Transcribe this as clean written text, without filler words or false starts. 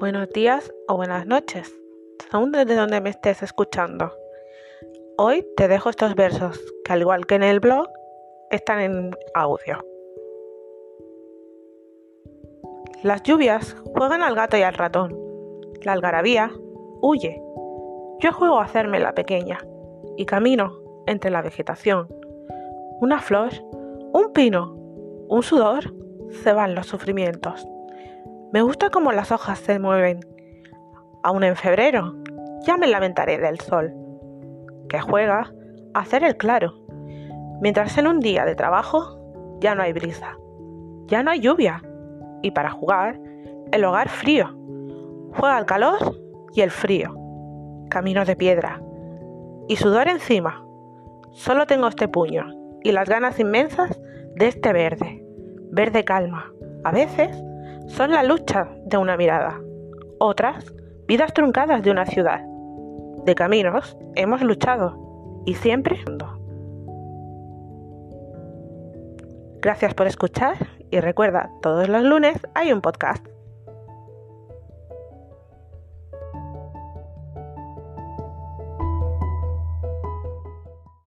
Buenos días o buenas noches, según desde donde me estés escuchando. Hoy te dejo estos versos que, al igual que en el blog, están en audio. Las lluvias juegan al gato y al ratón. La algarabía huye. Yo juego a hacerme la pequeña y camino entre la vegetación. Una flor, un pino, un sudor, se van los sufrimientos. Me gusta cómo las hojas se mueven. Aún en febrero ya me lamentaré del sol, que juega a hacer el claro, mientras en un día de trabajo ya no hay brisa, ya no hay lluvia, y para jugar el hogar frío. Juega el calor y el frío, camino de piedra y sudor encima. Solo tengo este puño y las ganas inmensas de este verde, verde calma. A veces son la lucha de una mirada, otras vidas truncadas de una ciudad. De caminos hemos luchado y siempre. Gracias por escuchar y recuerda, todos los lunes hay un podcast.